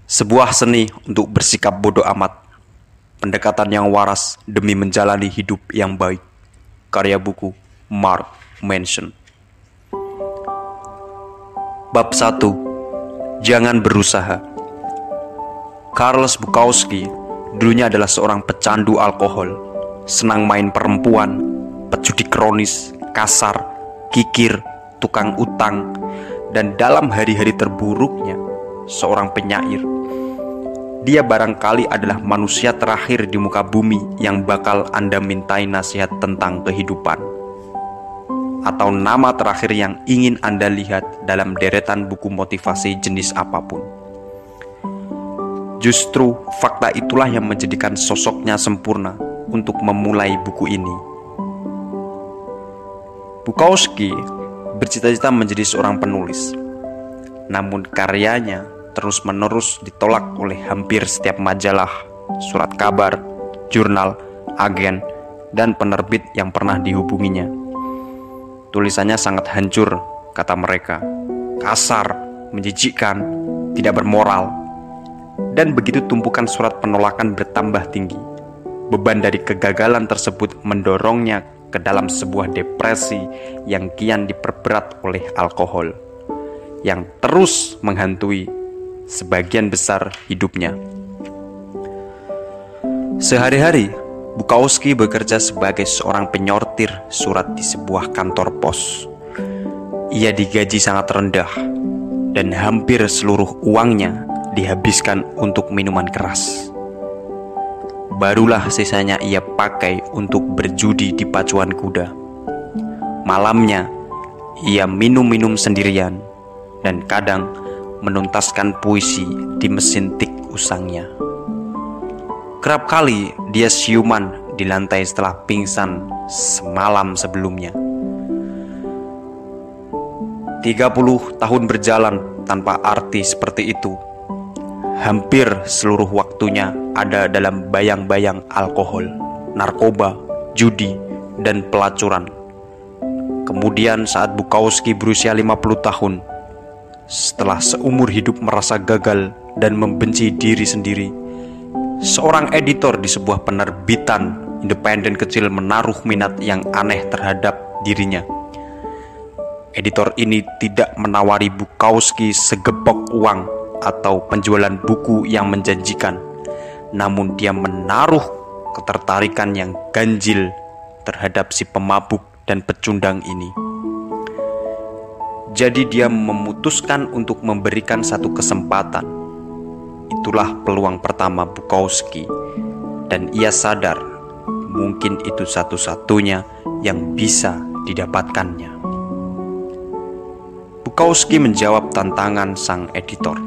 Sebuah seni untuk bersikap bodoh amat. Pendekatan yang waras demi menjalani hidup yang baik. Karya buku Mark Manson. Bab 1. Jangan berusaha. Charles Bukowski dulunya adalah seorang pecandu alkohol, senang main perempuan, pejudi kronis, kasar, kikir, tukang utang, dan dalam hari-hari terburuknya, seorang penyair. Dia barangkali adalah manusia terakhir di muka bumi yang bakal Anda mintai nasihat tentang kehidupan, atau nama terakhir yang ingin Anda lihat dalam deretan buku motivasi jenis apapun. Justru fakta itulah yang menjadikan sosoknya sempurna untuk memulai buku ini. Bukowski bercita-cita menjadi seorang penulis, namun karyanya terus-menerus ditolak oleh hampir setiap majalah, surat kabar, jurnal, agen, dan penerbit yang pernah dihubunginya. Tulisannya sangat hancur, kata mereka, kasar, menjijikkan, tidak bermoral. Dan begitu tumpukan surat penolakan bertambah tinggi, beban dari kegagalan tersebut mendorongnya ke dalam sebuah depresi yang kian diperberat oleh alkohol, yang terus menghantui sebagian besar hidupnya. Sehari-hari, Bukowski bekerja sebagai seorang penyortir surat di sebuah kantor pos. Ia digaji sangat rendah, dan hampir seluruh uangnya dihabiskan untuk minuman keras. Barulah sisanya ia pakai untuk berjudi di pacuan kuda. Malamnya, ia minum-minum sendirian, dan kadang menuntaskan puisi di mesin tik usangnya. Kerap kali dia siuman di lantai setelah pingsan semalam sebelumnya. 30 tahun berjalan tanpa arti seperti itu. Hampir seluruh waktunya ada dalam bayang-bayang alkohol, narkoba, judi, dan pelacuran. Kemudian saat Bukowski berusia 50 tahun, setelah seumur hidup merasa gagal dan membenci diri sendiri, seorang editor di sebuah penerbitan independen kecil menaruh minat yang aneh terhadap dirinya. Editor ini tidak menawari Bukowski segepok uang atau penjualan buku yang menjanjikan, namun dia menaruh ketertarikan yang ganjil terhadap si pemabuk dan pecundang ini. Jadi dia memutuskan untuk memberikan satu kesempatan. Itulah peluang pertama Bukowski, dan ia sadar mungkin itu satu-satunya yang bisa didapatkannya. Bukowski menjawab tantangan sang editor.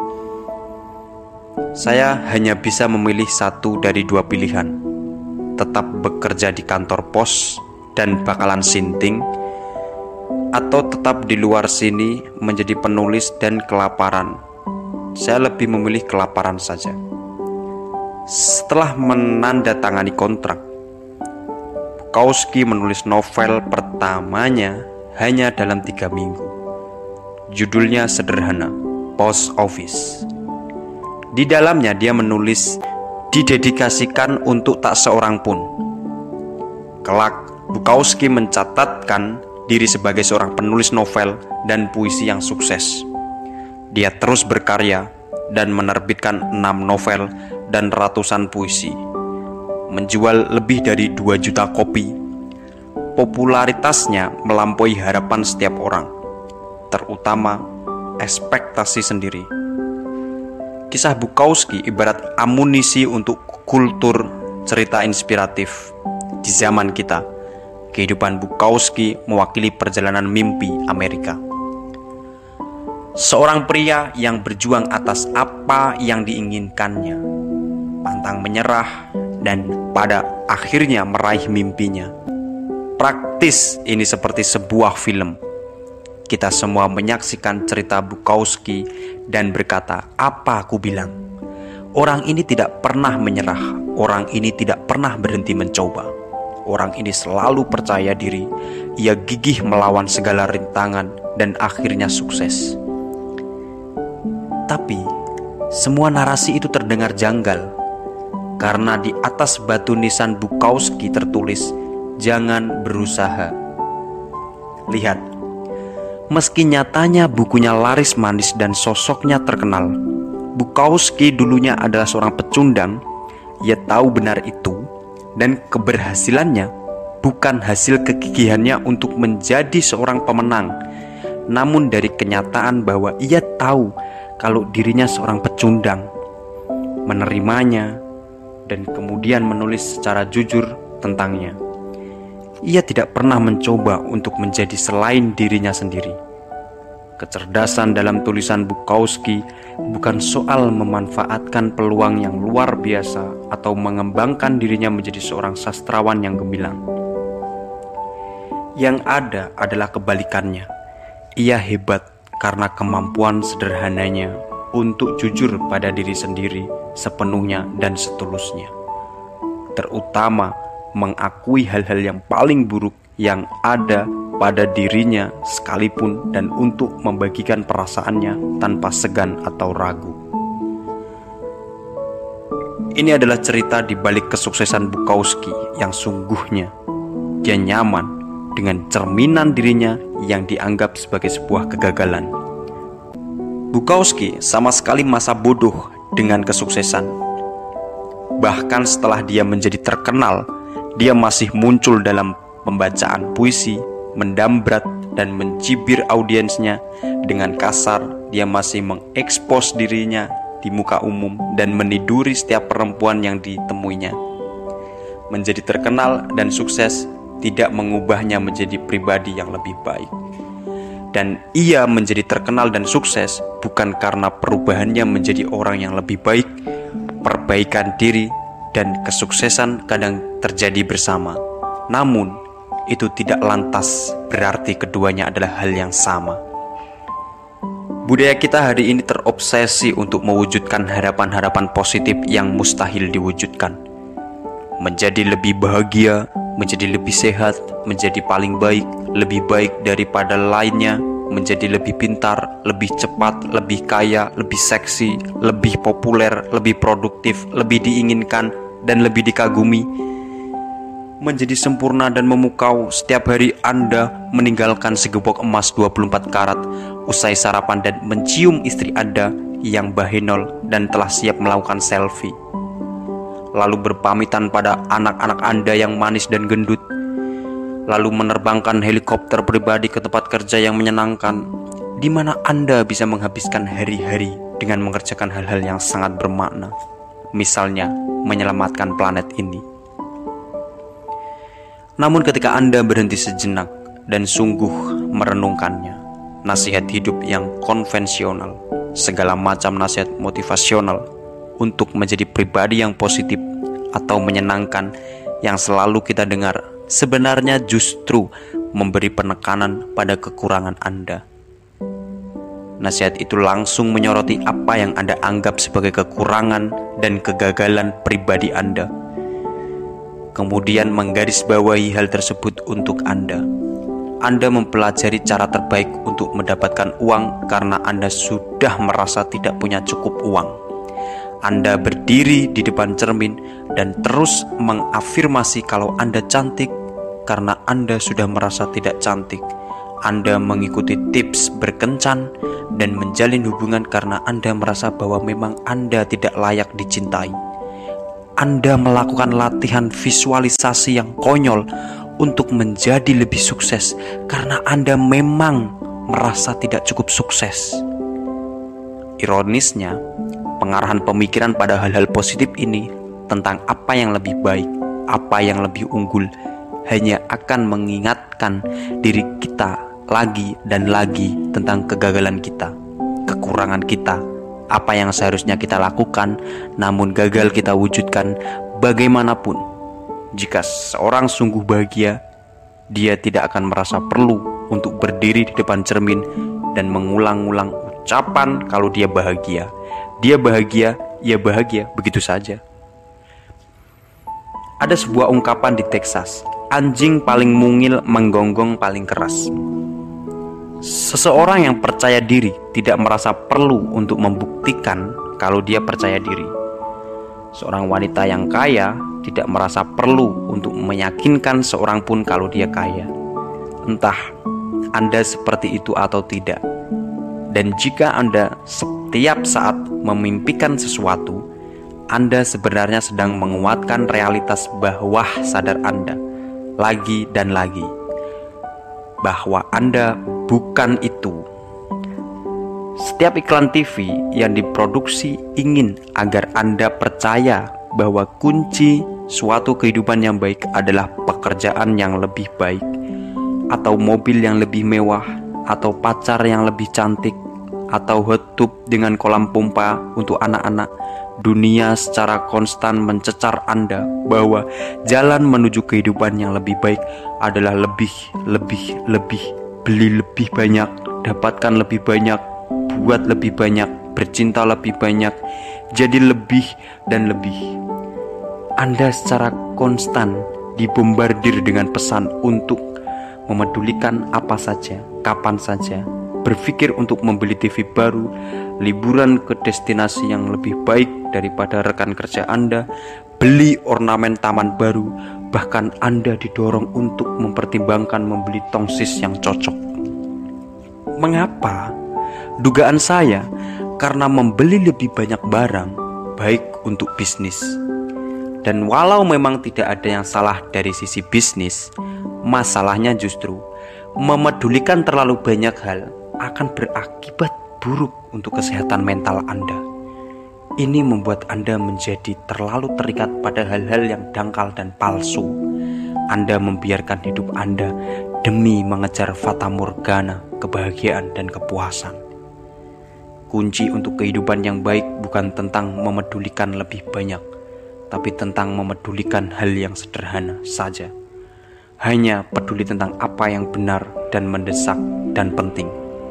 Saya hanya bisa memilih satu dari dua pilihan. Tetap bekerja di kantor pos dan bakalan sinting, atau tetap di luar sini menjadi penulis dan kelaparan. Saya lebih memilih kelaparan saja. Setelah menandatangani kontrak, Bukowski menulis novel pertamanya hanya dalam 3 minggu. Judulnya sederhana, Post Office. Di dalamnya dia menulis didedikasikan untuk tak seorang pun. Kelak, Bukowski mencatatkan diri sebagai seorang penulis novel dan puisi yang sukses. Dia terus berkarya dan menerbitkan 6 novel dan ratusan puisi, menjual lebih dari 2 juta kopi. Popularitasnya melampaui harapan setiap orang, terutama ekspektasi sendiri. Kisah Bukowski ibarat amunisi untuk kultur cerita inspiratif di zaman kita. Kehidupan Bukowski mewakili perjalanan mimpi Amerika. Seorang pria yang berjuang atas apa yang diinginkannya, pantang menyerah, dan pada akhirnya meraih mimpinya. Praktis ini seperti sebuah film. Kita semua menyaksikan cerita Bukowski dan berkata, apa aku bilang? Orang ini tidak pernah menyerah, orang ini tidak pernah berhenti mencoba. Orang ini selalu percaya diri, ia gigih melawan segala rintangan dan akhirnya sukses. Tapi Semua narasi itu terdengar janggal, karena di atas batu nisan Bukowski tertulis, "Jangan berusaha." Lihat, meski nyatanya bukunya laris manis dan sosoknya terkenal, Bukowski dulunya adalah seorang pecundang. Ia tahu benar itu, dan keberhasilannya bukan hasil kegigihannya untuk menjadi seorang pemenang, namun dari kenyataan bahwa ia tahu kalau dirinya seorang pecundang, menerimanya, dan kemudian menulis secara jujur tentangnya. Ia tidak pernah mencoba untuk menjadi selain dirinya sendiri. Kecerdasan dalam tulisan Bukowski bukan soal memanfaatkan peluang yang luar biasa atau mengembangkan dirinya menjadi seorang sastrawan yang gemilang. Yang ada adalah kebalikannya. Ia hebat karena kemampuan sederhananya untuk jujur pada diri sendiri sepenuhnya dan setulusnya, terutama mengakui hal-hal yang paling buruk yang ada pada dirinya sekalipun, dan untuk membagikan perasaannya tanpa segan atau ragu. Ini adalah cerita di balik kesuksesan Bukowski yang sungguhnya. Dia nyaman dengan cerminan dirinya yang dianggap sebagai sebuah kegagalan. Bukowski sama sekali masa bodoh dengan kesuksesan. Bahkan setelah dia menjadi terkenal, dia masih muncul dalam pembacaan puisi, mendambrat dan mencibir audiensnya dengan kasar. Dia masih mengekspos dirinya di muka umum dan meniduri setiap perempuan yang ditemuinya. Menjadi terkenal dan sukses tidak mengubahnya menjadi pribadi yang lebih baik. Dan ia menjadi terkenal dan sukses bukan karena perubahannya menjadi orang yang lebih baik. Perbaikan diri dan kesuksesan kadang terjadi bersama, namun itu tidak lantas berarti keduanya adalah hal yang sama. Budaya kita hari ini terobsesi untuk mewujudkan harapan-harapan positif yang mustahil diwujudkan. Menjadi lebih bahagia, menjadi lebih sehat, menjadi paling baik, lebih baik daripada lainnya, menjadi lebih pintar, lebih cepat, lebih kaya, lebih seksi, lebih populer, lebih produktif, lebih diinginkan, dan lebih dikagumi. Menjadi sempurna dan memukau. Setiap hari Anda meninggalkan segepok emas 24 karat usai sarapan dan mencium istri Anda yang bahenol dan telah siap melakukan selfie, lalu berpamitan pada anak-anak Anda yang manis dan gendut, lalu menerbangkan helikopter pribadi ke tempat kerja yang menyenangkan, di mana Anda bisa menghabiskan hari-hari dengan mengerjakan hal-hal yang sangat bermakna, misalnya menyelamatkan planet ini. Namun ketika Anda berhenti sejenak dan sungguh merenungkannya, nasihat hidup yang konvensional, segala macam nasihat motivasional untuk menjadi pribadi yang positif atau menyenangkan yang selalu kita dengar, sebenarnya justru memberi penekanan pada kekurangan Anda. Nasihat itu langsung menyoroti apa yang Anda anggap sebagai kekurangan dan kegagalan pribadi Anda, kemudian menggarisbawahi hal tersebut untuk Anda. Anda mempelajari cara terbaik untuk mendapatkan uang karena Anda sudah merasa tidak punya cukup uang. Anda berdiri di depan cermin dan terus mengafirmasi kalau Anda cantik karena Anda sudah merasa tidak cantik. Anda mengikuti tips berkencan dan menjalin hubungan karena Anda merasa bahwa memang Anda tidak layak dicintai. Anda melakukan latihan visualisasi yang konyol untuk menjadi lebih sukses karena Anda memang merasa tidak cukup sukses. Ironisnya, pengarahan pemikiran pada hal-hal positif ini tentang apa yang lebih baik, apa yang lebih unggul, hanya akan mengingatkan diri kita lagi dan lagi tentang kegagalan kita, kekurangan kita, apa yang seharusnya kita lakukan namun gagal kita wujudkan. Bagaimanapun, jika seorang sungguh bahagia, dia tidak akan merasa perlu untuk berdiri di depan cermin dan mengulang-ulang ucapan kalau dia bahagia. Dia bahagia, ia bahagia, begitu saja. Ada sebuah ungkapan di Texas, anjing paling mungil menggonggong paling keras. Seseorang yang percaya diri tidak merasa perlu untuk membuktikan kalau dia percaya diri. Seorang wanita yang kaya tidak merasa perlu untuk meyakinkan seorang pun kalau dia kaya. Entah Anda seperti itu atau tidak. Dan jika Anda setiap saat memimpikan sesuatu, Anda sebenarnya sedang menguatkan realitas bawah sadar Anda lagi dan lagi, bahwa Anda bukan itu. Setiap iklan TV yang diproduksi ingin agar Anda percaya bahwa kunci suatu kehidupan yang baik adalah pekerjaan yang lebih baik, atau mobil yang lebih mewah, atau pacar yang lebih cantik, atau hot tub dengan kolam pompa untuk anak-anak. Dunia secara konstan mencecar Anda bahwa jalan menuju kehidupan yang lebih baik adalah lebih, beli lebih banyak, dapatkan lebih banyak, buat lebih banyak, bercinta lebih banyak, jadi lebih dan lebih. Anda secara konstan dibombardir dengan pesan untuk memedulikan apa saja, kapan saja, berpikir untuk membeli TV baru, liburan ke destinasi yang lebih baik daripada rekan kerja Anda, beli ornamen taman baru, bahkan Anda didorong untuk mempertimbangkan membeli tongsis yang cocok. Mengapa? Dugaan saya karena membeli lebih banyak barang baik untuk bisnis. Dan walau memang tidak ada yang salah dari sisi bisnis, masalahnya justru memedulikan terlalu banyak hal akan berakibat buruk untuk kesehatan mental Anda. Ini membuat Anda menjadi terlalu terikat pada hal-hal yang dangkal dan palsu. Anda membiarkan hidup Anda demi mengejar fata morgana, kebahagiaan dan kepuasan. Kunci untuk kehidupan yang baik bukan tentang memedulikan lebih banyak, tapi tentang memedulikan hal yang sederhana saja. Hanya peduli tentang apa yang benar dan mendesak dan penting.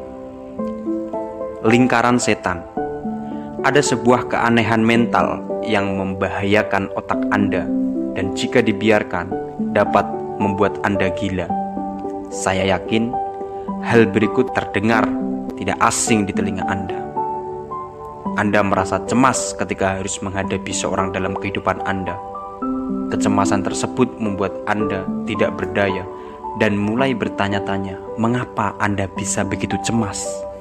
Lingkaran setan. Ada sebuah keanehan mental yang membahayakan otak Anda, dan jika dibiarkan dapat membuat Anda gila. Saya yakin hal berikut terdengar tidak asing di telinga Anda. Anda merasa cemas ketika harus menghadapi seorang dalam kehidupan Anda. Kecemasan tersebut membuat Anda tidak berdaya dan mulai bertanya-tanya, mengapa Anda bisa begitu cemas?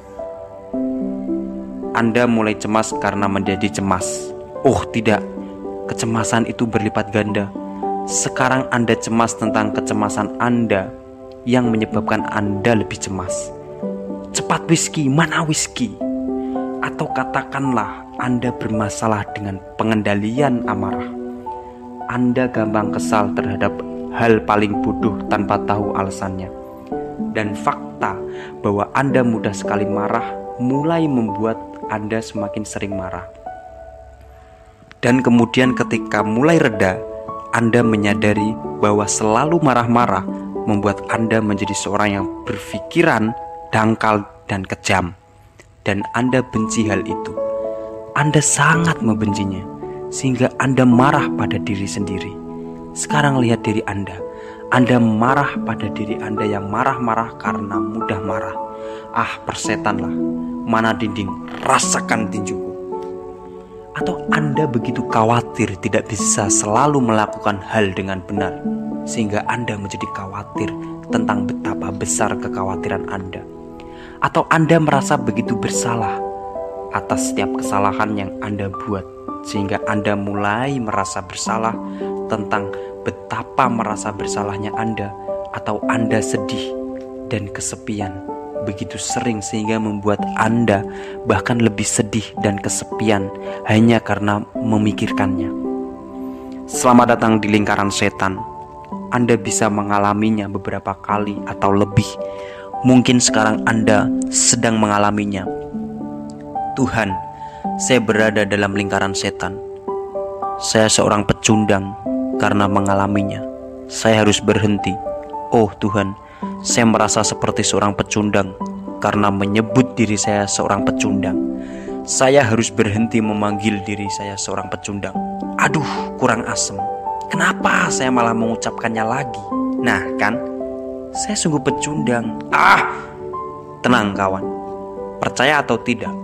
Anda mulai cemas karena menjadi cemas. Oh tidak, kecemasan itu berlipat ganda. Sekarang Anda cemas tentang kecemasan Anda yang menyebabkan Anda lebih cemas. Cepat whisky, mana whisky? Atau katakanlah Anda bermasalah dengan pengendalian amarah. Anda gampang kesal terhadap hal paling bodoh tanpa tahu alasannya. Dan fakta bahwa Anda mudah sekali marah mulai membuat Anda semakin sering marah. Dan kemudian ketika mulai reda, Anda menyadari bahwa selalu marah-marah membuat Anda menjadi seorang yang berpikiran dangkal dan kejam. Dan Anda benci hal itu. Anda sangat membencinya, sehingga Anda marah pada diri sendiri. Sekarang lihat diri Anda. Anda marah pada diri Anda yang marah-marah karena mudah marah. Ah, persetanlah. Mana dinding, rasakan tinjuku. Atau Anda begitu khawatir tidak bisa selalu melakukan hal dengan benar, sehingga Anda menjadi khawatir tentang betapa besar kekhawatiran Anda. Atau Anda merasa begitu bersalah atas setiap kesalahan yang Anda buat, sehingga Anda mulai merasa bersalah tentang betapa merasa bersalahnya Anda. Atau Anda sedih dan kesepian begitu sering sehingga membuat Anda bahkan lebih sedih dan kesepian hanya karena memikirkannya. Selamat datang di lingkaran setan. Anda bisa mengalaminya beberapa kali atau lebih. Mungkin sekarang Anda sedang mengalaminya. Tuhan, saya berada dalam lingkaran setan. Saya seorang pecundang karena mengalaminya. Saya harus berhenti. Oh Tuhan, saya merasa seperti seorang pecundang karena menyebut diri saya seorang pecundang. Saya harus berhenti memanggil diri saya seorang pecundang. Aduh, kurang asem. Kenapa saya malah mengucapkannya lagi? Nah kan, saya sungguh pecundang. Tenang kawan, percaya atau tidak,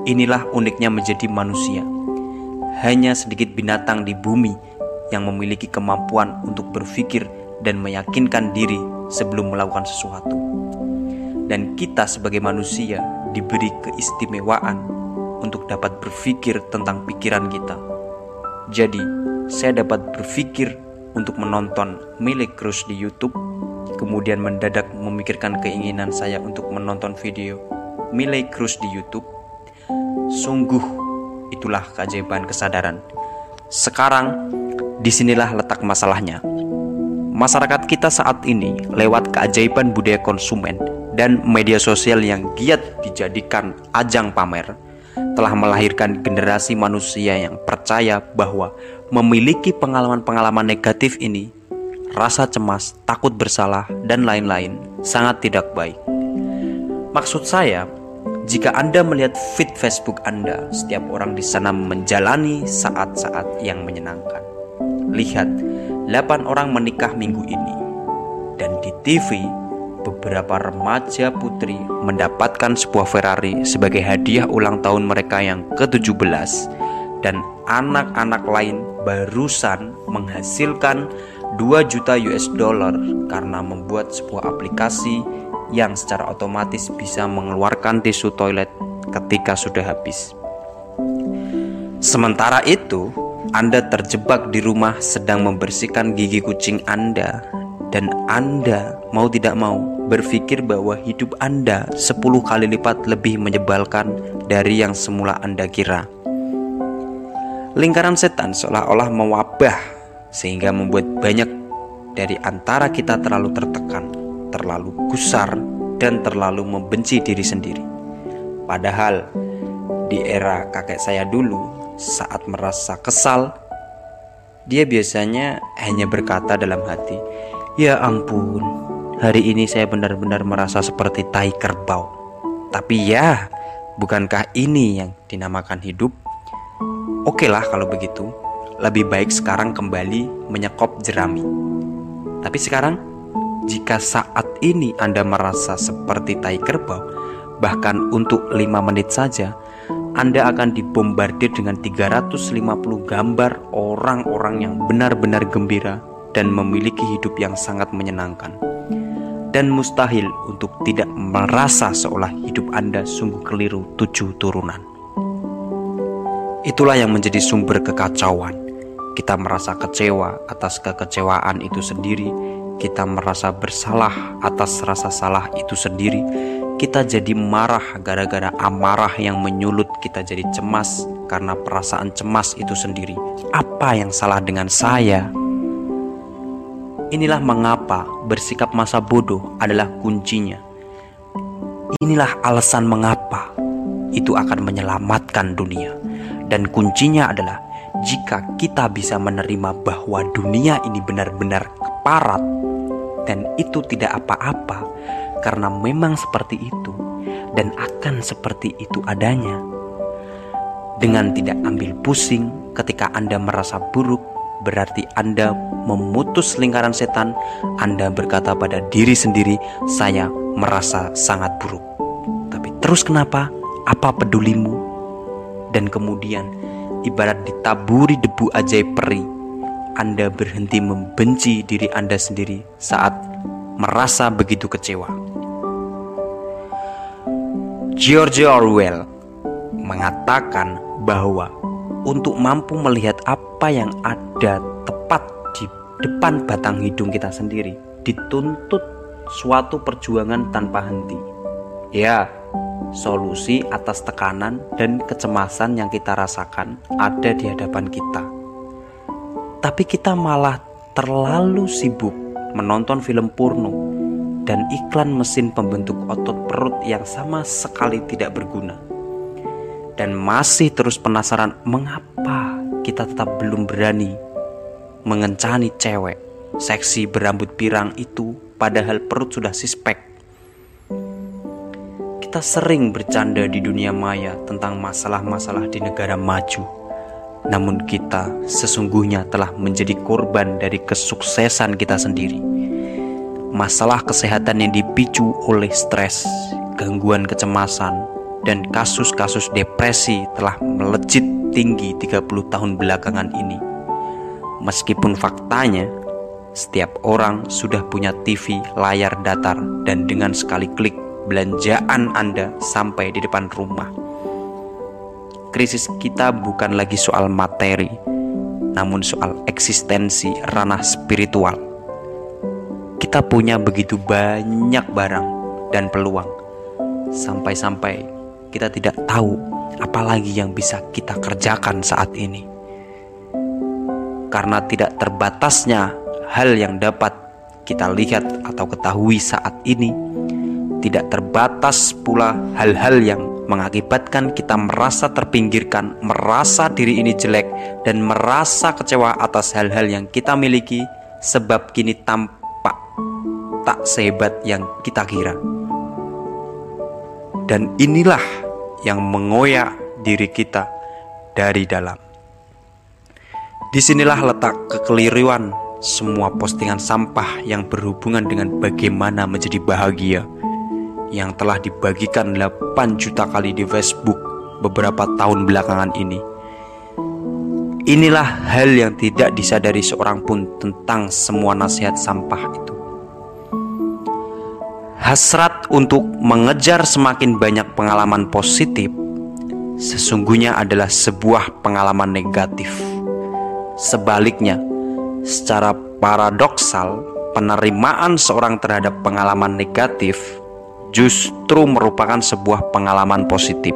Inilah uniknya menjadi manusia. Hanya sedikit binatang di bumi yang memiliki kemampuan untuk berpikir dan meyakinkan diri sebelum melakukan sesuatu. Dan kita sebagai manusia diberi keistimewaan untuk dapat berpikir tentang pikiran kita. Jadi, saya dapat berpikir untuk menonton Miley Cyrus di YouTube, kemudian mendadak memikirkan keinginan saya untuk menonton video Miley Cyrus di YouTube. Sungguh, itulah keajaiban kesadaran. Sekarang, disinilah letak masalahnya. Masyarakat kita saat ini lewat keajaiban budaya konsumen dan media sosial yang giat dijadikan ajang pamer, telah melahirkan generasi manusia yang percaya bahwa memiliki pengalaman-pengalaman negatif ini, rasa cemas, takut bersalah, dan lain-lain sangat tidak baik. Maksud saya, jika Anda melihat feed Facebook Anda, setiap orang di sana menjalani saat-saat yang menyenangkan. Lihat, 8 orang menikah minggu ini. Dan di TV, beberapa remaja putri mendapatkan sebuah Ferrari sebagai hadiah ulang tahun mereka yang ke-17. Dan anak-anak lain barusan menghasilkan 2 juta US dollar karena membuat sebuah aplikasi yang secara otomatis bisa mengeluarkan tisu toilet ketika sudah habis. Sementara itu, Anda terjebak di rumah sedang membersihkan gigi kucing Anda, dan Anda mau tidak mau berpikir bahwa hidup Anda 10 kali lipat lebih menyebalkan dari yang semula Anda kira. Lingkaran setan seolah-olah mewabah sehingga membuat banyak dari antara kita terlalu tertekan, terlalu gusar, dan terlalu membenci diri sendiri. Padahal di era kakek saya dulu, saat merasa kesal, dia biasanya hanya berkata dalam hati, "Ya ampun, hari ini saya benar-benar merasa seperti tai kerbau. Tapi ya, bukankah ini yang dinamakan hidup? Oke lah kalau begitu, lebih baik sekarang kembali menyekop jerami." Tapi sekarang, jika saat ini Anda merasa seperti tai kerbau, bahkan untuk 5 menit saja, Anda akan dibombardir dengan 350 gambar orang-orang yang benar-benar gembira dan memiliki hidup yang sangat menyenangkan. Dan mustahil untuk tidak merasa seolah hidup Anda sungguh keliru 7 turunan. Itulah yang menjadi sumber kekacauan. Kita merasa kecewa atas kekecewaan itu sendiri. Kita merasa bersalah atas rasa salah itu sendiri. Kita jadi marah gara-gara amarah yang menyulut. Kita jadi cemas karena perasaan cemas itu sendiri. Apa yang salah dengan saya? Inilah mengapa bersikap masa bodoh adalah kuncinya. Inilah alasan mengapa itu akan menyelamatkan dunia. Dan kuncinya adalah jika kita bisa menerima bahwa dunia ini benar-benar keparat dan itu tidak apa-apa karena memang seperti itu dan akan seperti itu adanya. Dengan tidak ambil pusing ketika Anda merasa buruk, berarti Anda memutus lingkaran setan. Anda berkata pada diri sendiri, "Saya merasa sangat buruk." Tapi terus kenapa? Apa pedulimu? Dan kemudian ibarat ditaburi debu ajaib peri, Anda berhenti membenci diri Anda sendiri saat merasa begitu kecewa. George Orwell mengatakan bahwa untuk mampu melihat apa yang ada tepat di depan batang hidung kita sendiri, dituntut suatu perjuangan tanpa henti. Ya, solusi atas tekanan dan kecemasan yang kita rasakan ada di hadapan kita. Tapi kita malah terlalu sibuk menonton film porno dan iklan mesin pembentuk otot perut yang sama sekali tidak berguna. Dan masih terus penasaran mengapa kita tetap belum berani mengencani cewek seksi berambut pirang itu padahal perut sudah sispek. Kita sering bercanda di dunia maya tentang masalah-masalah di negara maju. Namun kita sesungguhnya telah menjadi korban dari kesuksesan kita sendiri. Masalah kesehatan yang dipicu oleh stres, gangguan kecemasan, dan kasus-kasus depresi telah melejit tinggi 30 tahun belakangan ini. Meskipun faktanya, setiap orang sudah punya TV layar datar dan dengan sekali klik belanjaan Anda sampai di depan rumah. Krisis kita bukan lagi soal materi, namun soal eksistensi ranah spiritual. Kita punya begitu banyak barang dan peluang, sampai-sampai kita tidak tahu apa lagi yang bisa kita kerjakan saat ini. Karena tidak terbatasnya hal yang dapat kita lihat atau ketahui saat ini, tidak terbatas pula hal-hal yang mengakibatkan kita merasa terpinggirkan, merasa diri ini jelek, dan merasa kecewa atas hal-hal yang kita miliki, sebab kini tampak tak sehebat yang kita kira. Dan inilah yang mengoyak diri kita dari dalam. Disinilah letak kekeliruan semua postingan sampah yang berhubungan dengan bagaimana menjadi bahagia, yang telah dibagikan 8 juta kali di Facebook beberapa tahun belakangan ini. Inilah hal yang tidak disadari seorang pun tentang semua nasihat sampah itu. Hasrat untuk mengejar semakin banyak pengalaman positif sesungguhnya adalah sebuah pengalaman negatif. Sebaliknya, secara paradoksal, penerimaan seorang terhadap pengalaman negatif justru merupakan sebuah pengalaman positif.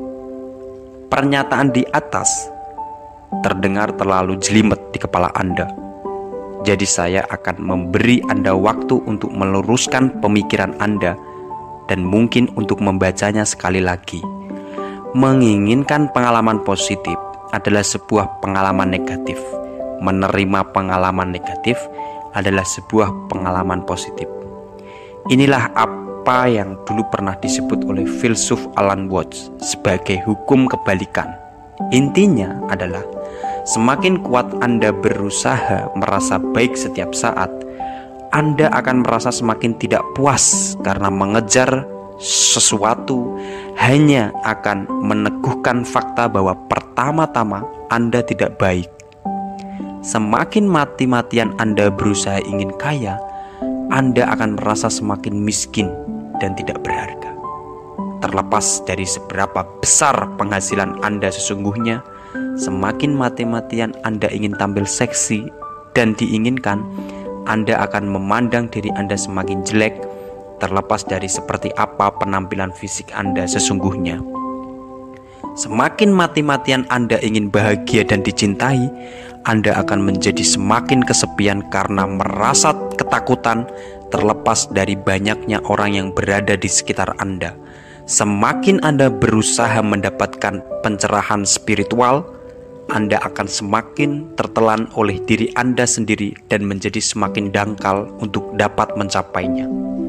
Pernyataan di atas terdengar terlalu jelimet di kepala Anda. Jadi saya akan memberi Anda waktu untuk meluruskan pemikiran Anda dan mungkin untuk membacanya sekali lagi. Menginginkan pengalaman positif adalah sebuah pengalaman negatif. Menerima pengalaman negatif adalah sebuah pengalaman positif. Inilah apa yang dulu pernah disebut oleh filsuf Alan Watts sebagai hukum kebalikan. Intinya adalah semakin kuat Anda berusaha merasa baik setiap saat, Anda akan merasa semakin tidak puas karena mengejar sesuatu hanya akan meneguhkan fakta bahwa pertama-tama Anda tidak baik. Semakin mati-matian Anda berusaha ingin kaya, Anda akan merasa semakin miskin dan tidak berharga. Terlepas dari seberapa besar penghasilan Anda sesungguhnya, semakin mati-matian Anda ingin tampil seksi dan diinginkan, Anda akan memandang diri Anda semakin jelek, terlepas dari seperti apa penampilan fisik Anda sesungguhnya. Semakin mati-matian Anda ingin bahagia dan dicintai, Anda akan menjadi semakin kesepian karena merasa ketakutan, terlepas dari banyaknya orang yang berada di sekitar Anda. Semakin Anda berusaha mendapatkan pencerahan spiritual, Anda akan semakin tertelan oleh diri Anda sendiri dan menjadi semakin dangkal untuk dapat mencapainya.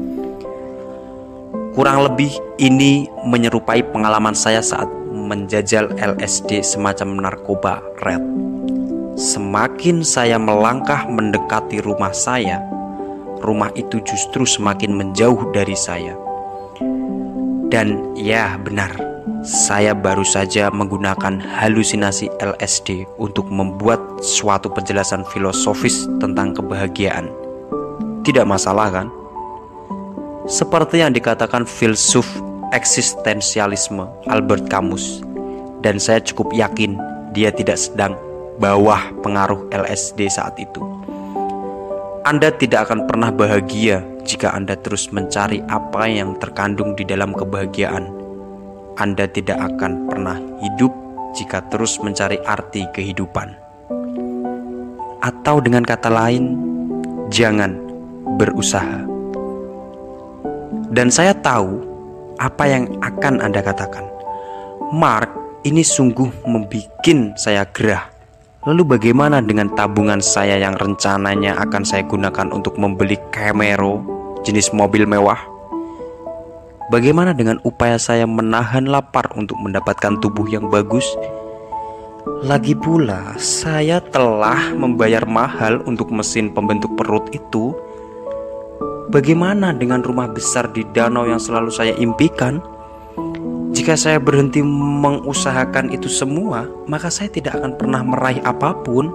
Kurang lebih ini menyerupai pengalaman saya saat menjajal LSD semacam narkoba red. Semakin saya melangkah mendekati rumah saya, rumah itu justru semakin menjauh dari saya. Dan ya benar, saya baru saja menggunakan halusinasi LSD untuk membuat suatu penjelasan filosofis tentang kebahagiaan. Tidak masalah kan? Seperti yang dikatakan filsuf eksistensialisme Albert Camus. Dan saya cukup yakin dia tidak sedang bawah pengaruh LSD saat itu. Anda tidak akan pernah bahagia jika Anda terus mencari apa yang terkandung di dalam kebahagiaan. Anda tidak akan pernah hidup jika terus mencari arti kehidupan. Atau dengan kata lain, jangan berusaha. Dan saya tahu apa yang akan Anda katakan. Mark, ini sungguh membuat saya gerah. Lalu bagaimana dengan tabungan saya yang rencananya akan saya gunakan untuk membeli Camaro, jenis mobil mewah? Bagaimana dengan upaya saya menahan lapar untuk mendapatkan tubuh yang bagus? Lagi pula, saya telah membayar mahal untuk mesin pembentuk perut itu. Bagaimana dengan rumah besar di danau yang selalu saya impikan? Jika saya berhenti mengusahakan itu semua, maka saya tidak akan pernah meraih apapun.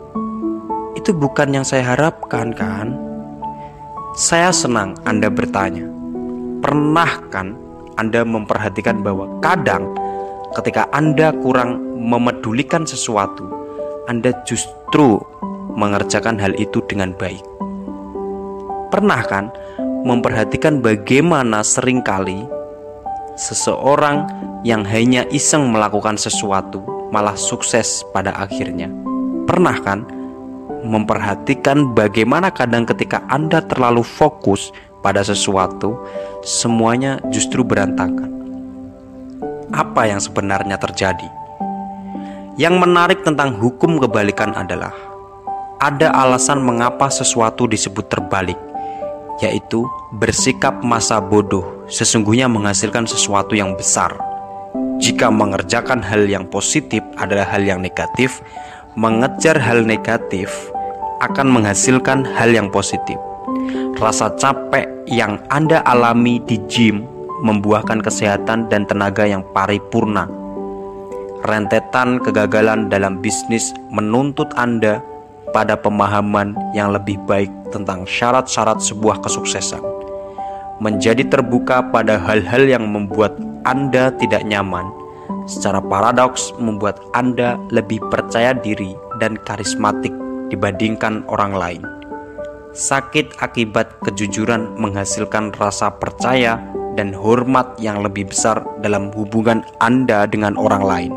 Itu bukan yang saya harapkan, kan? Saya senang Anda bertanya. Pernah kan Anda memperhatikan bahwa kadang ketika Anda kurang memedulikan sesuatu, Anda justru mengerjakan hal itu dengan baik? Pernah kan memperhatikan bagaimana seringkali seseorang yang hanya iseng melakukan sesuatu malah sukses pada akhirnya? Pernah kan memperhatikan bagaimana kadang ketika Anda terlalu fokus pada sesuatu, semuanya justru berantakan? Apa yang sebenarnya terjadi? Yang menarik tentang hukum kebalikan adalah ada alasan mengapa sesuatu disebut terbalik, yaitu bersikap masa bodoh sesungguhnya menghasilkan sesuatu yang besar. Jika mengerjakan hal yang positif adalah hal yang negatif, mengejar hal negatif akan menghasilkan hal yang positif. Rasa capek yang Anda alami di gym membuahkan kesehatan dan tenaga yang paripurna. Rentetan kegagalan dalam bisnis menuntut Anda pada pemahaman yang lebih baik tentang syarat-syarat sebuah kesuksesan. Menjadi terbuka pada hal-hal yang membuat Anda tidak nyaman, secara paradoks membuat Anda lebih percaya diri dan karismatik dibandingkan orang lain. Sakit akibat kejujuran menghasilkan rasa percaya dan hormat yang lebih besar dalam hubungan Anda dengan orang lain.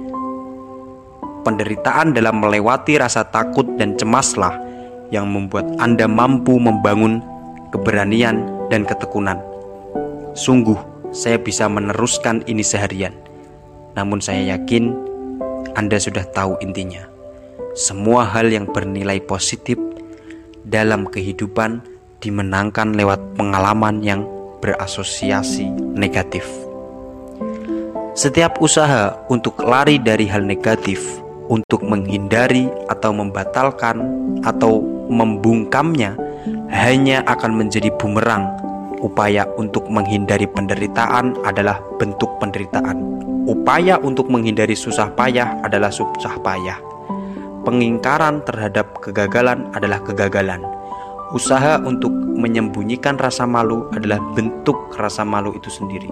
Penderitaan dalam melewati rasa takut dan cemaslah yang membuat Anda mampu membangun keberanian dan ketekunan. Sungguh, saya bisa meneruskan ini seharian. Namun saya yakin Anda sudah tahu intinya. Semua hal yang bernilai positif dalam kehidupan dimenangkan lewat pengalaman yang berasosiasi negatif. Setiap usaha untuk lari dari hal negatif, untuk menghindari atau membatalkan atau membungkamnya, hanya akan menjadi bumerang. Upaya untuk menghindari penderitaan adalah bentuk penderitaan. Upaya untuk menghindari susah payah adalah susah payah. Pengingkaran terhadap kegagalan adalah kegagalan. Usaha untuk menyembunyikan rasa malu adalah bentuk rasa malu itu sendiri.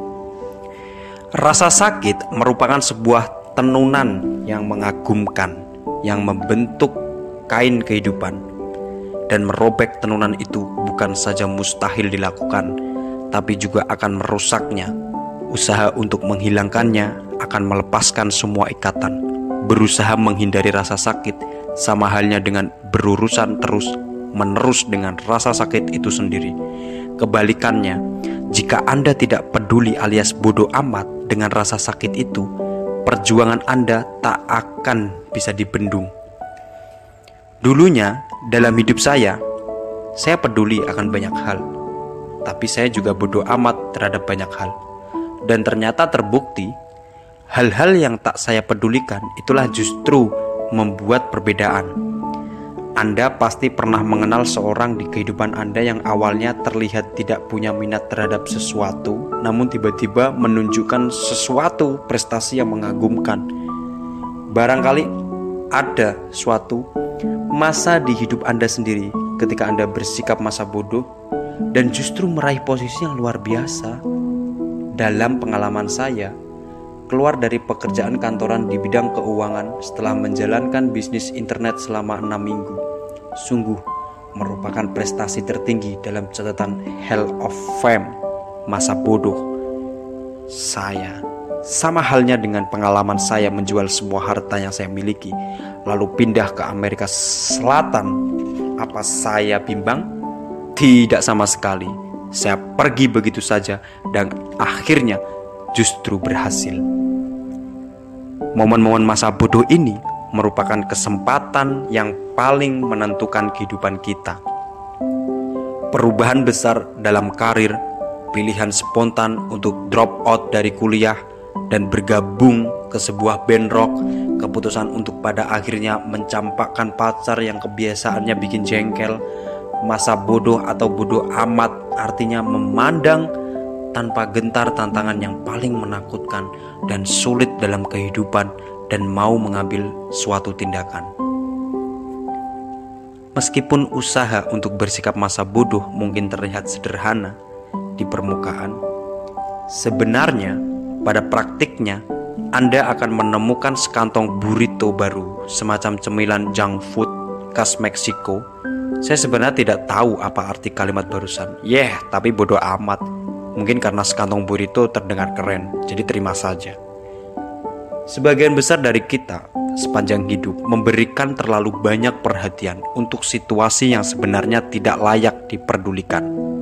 Rasa sakit merupakan sebuah tenunan yang mengagumkan, yang membentuk kain kehidupan. Dan merobek tenunan itu bukan saja mustahil dilakukan, tapi juga akan merusaknya. Usaha untuk menghilangkannya akan melepaskan semua ikatan. Berusaha menghindari rasa sakit sama halnya dengan berurusan terus-menerus dengan rasa sakit itu sendiri. Kebalikannya, jika Anda tidak peduli alias bodoh amat dengan rasa sakit itu, perjuangan Anda tak akan bisa dibendung. Dulunya dalam hidup saya peduli akan banyak hal, tapi saya juga bodoh amat terhadap banyak hal. Dan ternyata terbukti, hal-hal yang tak saya pedulikan itulah justru membuat perbedaan. Anda pasti pernah mengenal seorang di kehidupan Anda yang awalnya terlihat tidak punya minat terhadap sesuatu, namun tiba-tiba menunjukkan sesuatu prestasi yang mengagumkan. Barangkali ada suatu masa di hidup Anda sendiri ketika Anda bersikap masa bodoh dan justru meraih posisi yang luar biasa. Dalam pengalaman saya, keluar dari pekerjaan kantoran di bidang keuangan setelah menjalankan bisnis internet selama 6 minggu, sungguh merupakan prestasi tertinggi dalam catatan Hall of Fame masa bodoh saya. Sama halnya dengan pengalaman saya menjual semua harta yang saya miliki lalu pindah ke Amerika Selatan. Apa saya bimbang? Tidak sama sekali. Saya pergi begitu saja dan akhirnya justru berhasil. Momen-momen masa bodoh ini merupakan kesempatan yang paling menentukan kehidupan kita. Perubahan besar dalam karir, pilihan spontan untuk drop out dari kuliah dan bergabung ke sebuah band rock, keputusan untuk pada akhirnya mencampakkan pacar yang kebiasaannya bikin jengkel. Masa bodoh atau bodoh amat artinya memandang tanpa gentar tantangan yang paling menakutkan dan sulit dalam kehidupan dan mau mengambil suatu tindakan. Meskipun usaha untuk bersikap masa bodoh mungkin terlihat sederhana di permukaan, sebenarnya pada praktiknya Anda akan menemukan sekantong burrito baru, semacam cemilan junk food khas Meksiko. Saya sebenarnya tidak tahu apa arti kalimat barusan. Tapi bodoh amat. Mungkin karena sekantong burrito terdengar keren, jadi terima saja. Sebagian besar dari kita sepanjang hidup memberikan terlalu banyak perhatian untuk situasi yang sebenarnya tidak layak diperdulikan.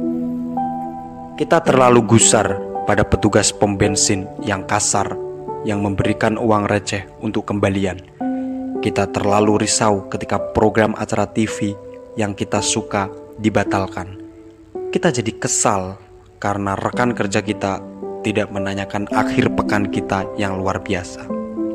Kita terlalu gusar pada petugas pom bensin yang kasar, yang memberikan uang receh untuk kembalian. Kita terlalu risau ketika program acara TV yang kita suka dibatalkan. Kita jadi kesal karena rekan kerja kita tidak menanyakan akhir pekan kita yang luar biasa.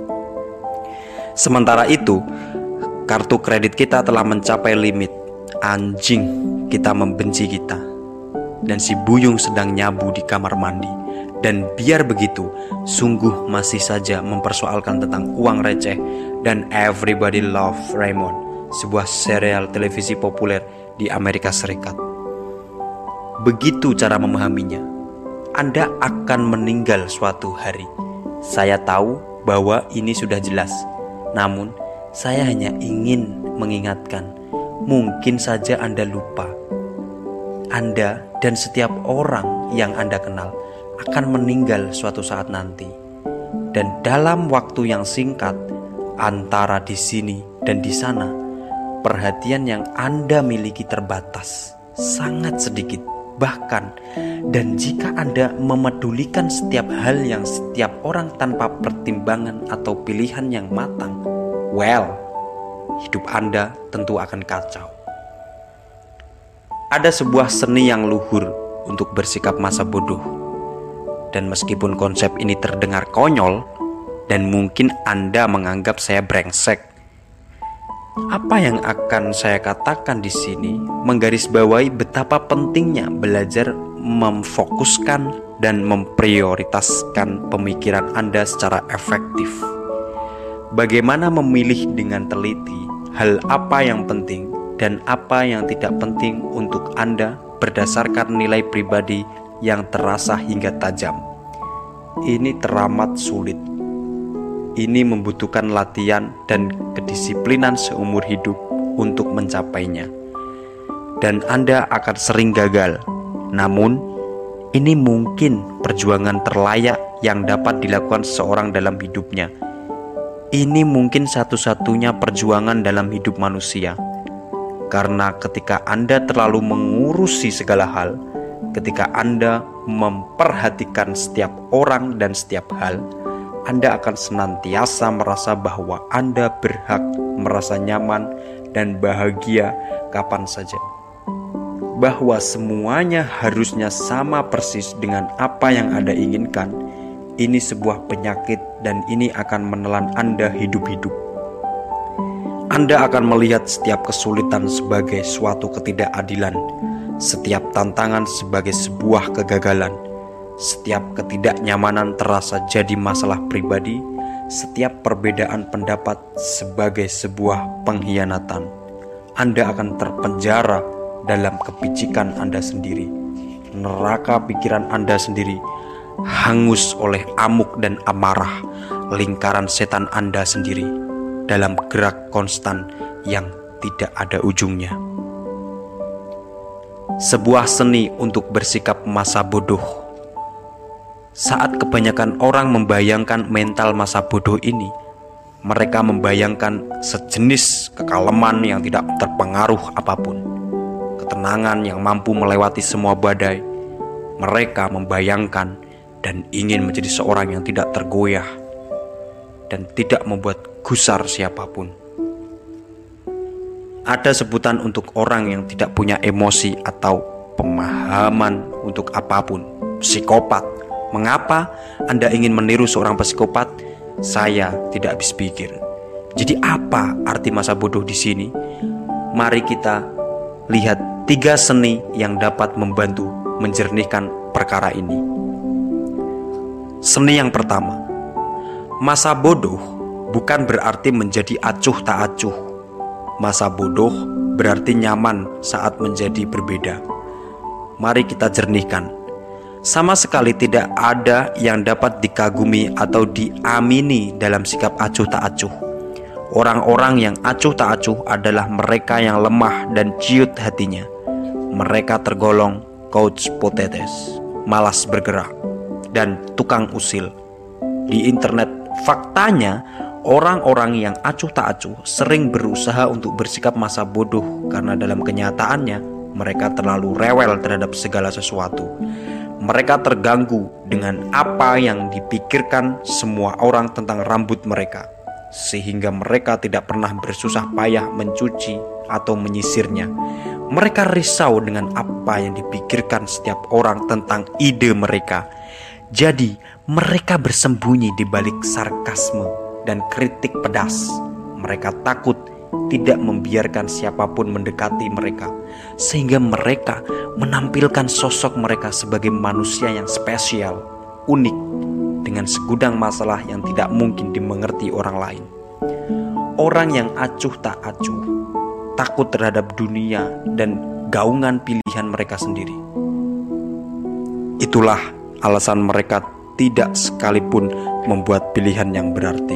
Sementara itu, kartu kredit kita telah mencapai limit. Anjing, kita membenci kita. Dan si Buyung sedang nyabu di kamar mandi. Dan biar begitu, sungguh masih saja mempersoalkan tentang uang receh dan Everybody Love Raymond, sebuah serial televisi populer di Amerika Serikat. Begitu cara memahaminya. Anda akan meninggal suatu hari. Saya tahu bahwa ini sudah jelas. Namun, saya hanya ingin mengingatkan, mungkin saja Anda lupa. Anda dan setiap orang yang Anda kenal akan meninggal suatu saat nanti. Dan dalam waktu yang singkat, antara di sini dan di sana, perhatian yang Anda miliki terbatas, sangat sedikit bahkan. Dan jika Anda memedulikan setiap hal yang setiap orang tanpa pertimbangan atau pilihan yang matang, hidup Anda tentu akan kacau. Ada sebuah seni yang luhur untuk bersikap masa bodoh. Dan meskipun konsep ini terdengar konyol, dan mungkin Anda menganggap saya brengsek, apa yang akan saya katakan di sini menggarisbawahi betapa pentingnya belajar memfokuskan dan memprioritaskan pemikiran Anda secara efektif. Bagaimana memilih dengan teliti hal apa yang penting dan apa yang tidak penting untuk Anda berdasarkan nilai pribadi yang terasa hingga tajam. Ini teramat sulit. Ini membutuhkan latihan dan kedisiplinan seumur hidup untuk mencapainya. Dan Anda akan sering gagal. Namun, ini mungkin perjuangan terlayak yang dapat dilakukan seorang dalam hidupnya. Ini mungkin satu-satunya perjuangan dalam hidup manusia. Karena ketika Anda terlalu mengurusi segala hal, ketika Anda memperhatikan setiap orang dan setiap hal, Anda akan senantiasa merasa bahwa Anda berhak merasa nyaman dan bahagia kapan saja. Bahwa semuanya harusnya sama persis dengan apa yang Anda inginkan. Ini sebuah penyakit dan ini akan menelan Anda hidup-hidup. Anda akan melihat setiap kesulitan sebagai suatu ketidakadilan, setiap tantangan sebagai sebuah kegagalan, setiap ketidaknyamanan terasa jadi masalah pribadi, setiap perbedaan pendapat sebagai sebuah pengkhianatan. Anda akan terpenjara dalam kepicikan Anda sendiri. Neraka pikiran Anda sendiri hangus oleh amuk dan amarah lingkaran setan Anda sendiri dalam gerak konstan yang tidak ada ujungnya. Sebuah seni untuk bersikap masa bodoh. Saat kebanyakan orang membayangkan mental masa bodoh ini, mereka membayangkan sejenis kekalaman yang tidak terpengaruh apapun, ketenangan yang mampu melewati semua badai. Mereka membayangkan dan ingin menjadi seorang yang tidak tergoyah dan tidak membuat gusar siapapun. Ada sebutan untuk orang yang tidak punya emosi atau pemahaman untuk apapun, psikopat. Mengapa Anda ingin meniru seorang psikopat? Saya tidak habis pikir. Jadi apa arti masa bodoh di sini? Mari kita lihat 3 seni yang dapat membantu menjernihkan perkara ini. Seni yang pertama, masa bodoh bukan berarti menjadi acuh tak acuh. Masa bodoh berarti nyaman saat menjadi berbeda. Mari kita jernihkan. Sama sekali tidak ada yang dapat dikagumi atau diamini dalam sikap acuh tak acuh. Orang-orang yang acuh tak acuh adalah mereka yang lemah dan ciut hatinya. Mereka tergolong couch potatoes, malas bergerak, dan tukang usil. Di internet, faktanya orang-orang yang acuh tak acuh sering berusaha untuk bersikap masa bodoh karena dalam kenyataannya mereka terlalu rewel terhadap segala sesuatu. Mereka terganggu dengan apa yang dipikirkan semua orang tentang rambut mereka, sehingga mereka tidak pernah bersusah payah mencuci atau menyisirnya. Mereka risau dengan apa yang dipikirkan setiap orang tentang ide mereka. Jadi mereka bersembunyi di balik sarkasme dan kritik pedas. Mereka takut tidak membiarkan siapapun mendekati mereka, sehingga mereka menampilkan sosok mereka sebagai manusia yang spesial, unik, dengan segudang masalah yang tidak mungkin dimengerti orang lain. Orang yang acuh tak acuh takut terhadap dunia dan gaungan pilihan mereka sendiri. Itulah alasan mereka tidak sekalipun membuat pilihan yang berarti.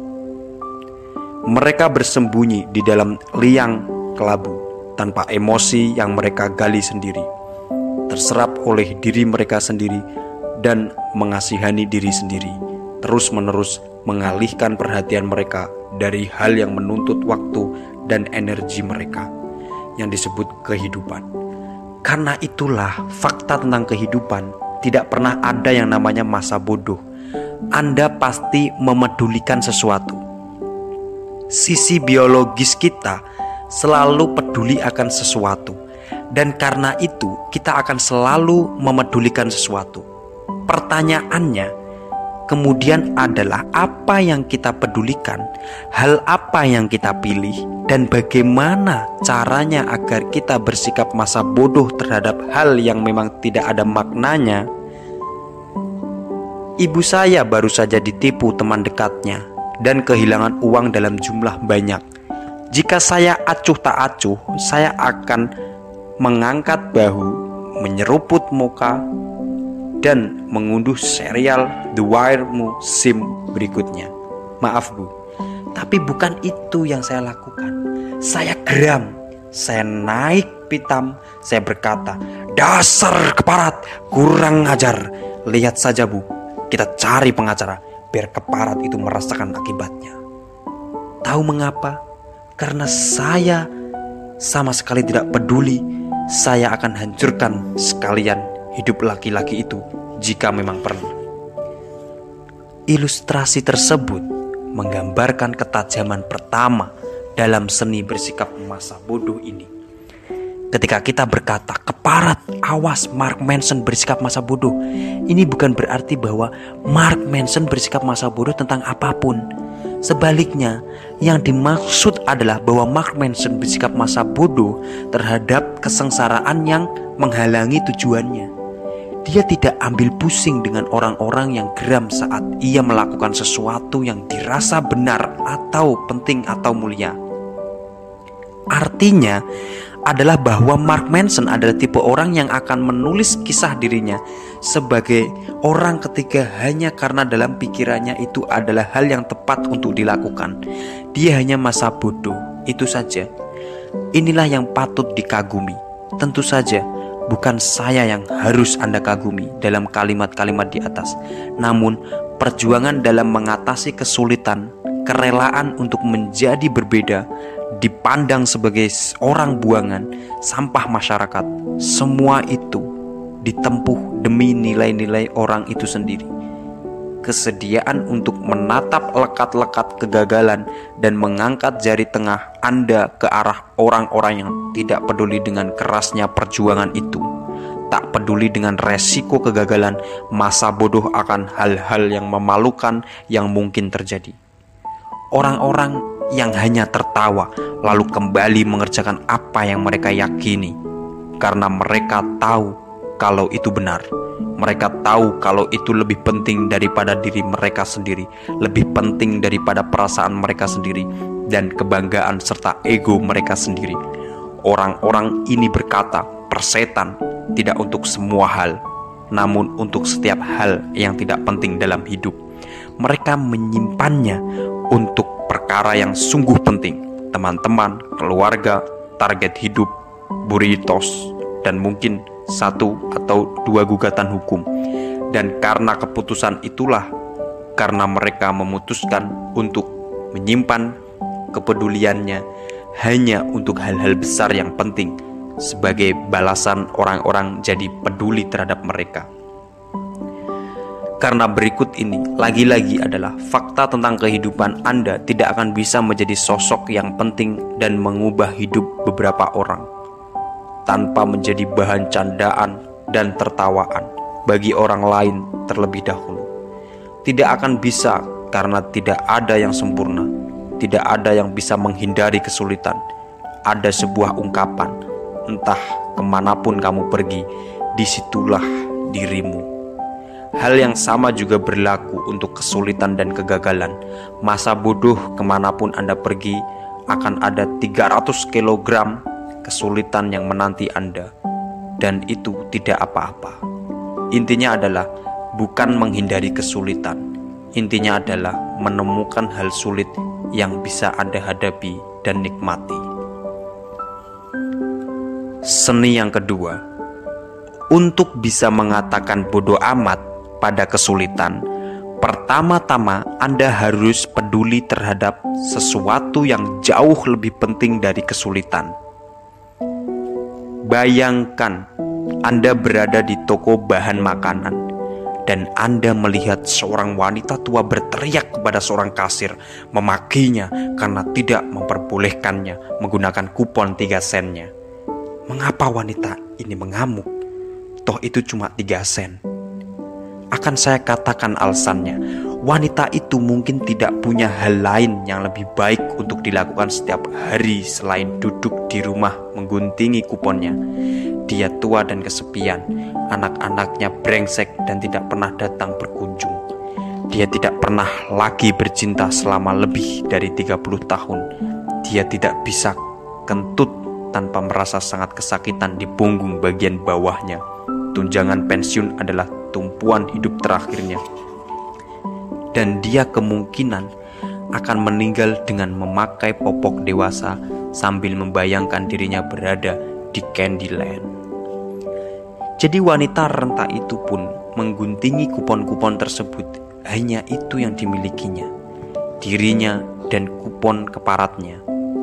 Mereka bersembunyi di dalam liang kelabu tanpa emosi yang mereka gali sendiri, terserap oleh diri mereka sendiri dan mengasihani diri sendiri, terus-menerus mengalihkan perhatian mereka dari hal yang menuntut waktu dan energi mereka, yang disebut kehidupan. Karena itulah fakta tentang kehidupan, tidak pernah ada yang namanya masa bodoh. Anda pasti memedulikan sesuatu. Sisi biologis kita selalu peduli akan sesuatu, dan karena itu kita akan selalu memedulikan sesuatu. Pertanyaannya kemudian adalah apa yang kita pedulikan, hal apa yang kita pilih, dan bagaimana caranya agar kita bersikap masa bodoh terhadap hal yang memang tidak ada maknanya. Ibu saya baru saja ditipu teman dekatnya dan kehilangan uang dalam jumlah banyak. Jika saya acuh tak acuh, saya akan mengangkat bahu, menyeruput muka, dan mengunduh serial The Wire musim berikutnya. Maaf Bu, tapi bukan itu yang saya lakukan. Saya geram, saya naik pitam, saya berkata, "Dasar keparat, kurang ajar. Lihat saja Bu, kita cari pengacara biar keparat itu merasakan akibatnya." Tahu mengapa? Karena saya sama sekali tidak peduli. Saya akan hancurkan sekalian hidup laki-laki itu jika memang perlu. Ilustrasi tersebut menggambarkan ketajaman pertama dalam seni bersikap masa bodoh ini. Ketika kita berkata, "Keparat, awas Mark Manson bersikap masa bodoh," ini bukan berarti bahwa Mark Manson bersikap masa bodoh tentang apapun. Sebaliknya, yang dimaksud adalah bahwa Mark Manson bersikap masa bodoh terhadap kesengsaraan yang menghalangi tujuannya. Dia tidak ambil pusing dengan orang-orang yang geram saat ia melakukan sesuatu yang dirasa benar atau penting atau mulia. Artinya adalah bahwa Mark Manson adalah tipe orang yang akan menulis kisah dirinya sebagai orang ketiga hanya karena dalam pikirannya itu adalah hal yang tepat untuk dilakukan. Dia hanya masa bodoh, itu saja. Inilah yang patut dikagumi. Tentu saja bukan saya yang harus Anda kagumi dalam kalimat-kalimat di atas, namun perjuangan dalam mengatasi kesulitan, kerelaan untuk menjadi berbeda, dipandang sebagai orang buangan, sampah masyarakat, semua itu ditempuh demi nilai-nilai orang itu sendiri. Kesediaan untuk menatap lekat-lekat kegagalan dan mengangkat jari tengah Anda ke arah orang-orang yang tidak peduli dengan kerasnya perjuangan itu, tak peduli dengan resiko kegagalan, masa bodoh akan hal-hal yang memalukan yang mungkin terjadi. Orang-orang yang hanya tertawa lalu kembali mengerjakan apa yang mereka yakini karena mereka tahu kalau itu benar. Mereka tahu kalau itu lebih penting daripada diri mereka sendiri, lebih penting daripada perasaan mereka sendiri dan kebanggaan serta ego mereka sendiri. Orang-orang ini berkata, persetan tidak untuk semua hal, namun untuk setiap hal yang tidak penting dalam hidup. Mereka menyimpannya untuk perkara yang sungguh penting, teman-teman, keluarga, target hidup, burritos, dan mungkin 1 atau 2 gugatan hukum. Dan karena keputusan itulah, karena mereka memutuskan untuk menyimpan kepeduliannya hanya untuk hal-hal besar yang penting, sebagai balasan orang-orang jadi peduli terhadap mereka. Karena berikut ini lagi-lagi adalah fakta tentang kehidupan Anda tidak akan bisa menjadi sosok yang penting dan mengubah hidup beberapa orang tanpa menjadi bahan candaan dan tertawaan bagi orang lain terlebih dahulu. Tidak akan bisa karena tidak ada yang sempurna, tidak ada yang bisa menghindari kesulitan. Ada sebuah ungkapan, entah kemanapun kamu pergi, disitulah dirimu. Hal yang sama juga berlaku untuk kesulitan dan kegagalan. Masa bodoh kemanapun Anda pergi, akan ada 300 kg kesulitan yang menanti Anda. Dan itu tidak apa-apa. Intinya adalah bukan menghindari kesulitan. Intinya adalah menemukan hal sulit yang bisa Anda hadapi dan nikmati. Seni yang kedua, untuk bisa mengatakan bodoh amat pada kesulitan, pertama-tama Anda harus peduli terhadap sesuatu yang jauh lebih penting dari kesulitan. Bayangkan Anda berada di toko bahan makanan dan Anda melihat seorang wanita tua berteriak kepada seorang kasir, memakinya karena tidak memperbolehkannya menggunakan kupon 3 sennya. Mengapa wanita ini mengamuk? Toh itu cuma 3 sen. Akan saya katakan alasannya. Wanita itu mungkin tidak punya hal lain yang lebih baik untuk dilakukan setiap hari selain duduk di rumah mengguntingi kuponnya. Dia tua dan kesepian, anak-anaknya brengsek dan tidak pernah datang berkunjung. Dia tidak pernah lagi bercinta selama lebih dari 30 tahun. Dia tidak bisa kentut tanpa merasa sangat kesakitan di punggung bagian bawahnya. Tunjangan pensiun adalah tumpuan hidup terakhirnya. Dan dia kemungkinan akan meninggal dengan memakai popok dewasa sambil membayangkan dirinya berada di Candyland. Jadi wanita renta itu pun mengguntingi kupon-kupon tersebut. Hanya itu yang dimilikinya, dirinya dan kupon keparatnya.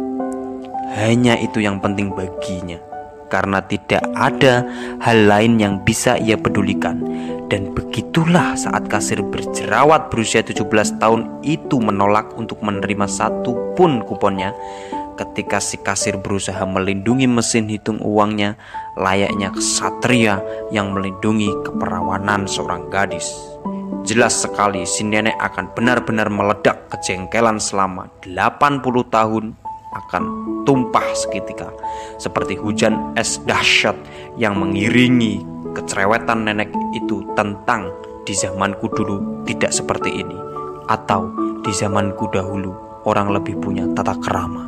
Hanya itu yang penting baginya, karena tidak ada hal lain yang bisa ia pedulikan. Dan begitulah saat kasir berjerawat berusia 17 tahun itu menolak untuk menerima 1 pun kuponnya. Ketika si kasir berusaha melindungi mesin hitung uangnya layaknya ksatria yang melindungi keperawanan seorang gadis. Jelas sekali si nenek akan benar-benar meledak. Kejengkelan selama 80 tahun akan tumpah seketika, seperti hujan es dahsyat yang mengiringi kecerewetan nenek itu tentang di zamanku dulu tidak seperti ini, atau di zamanku dahulu orang lebih punya tata krama.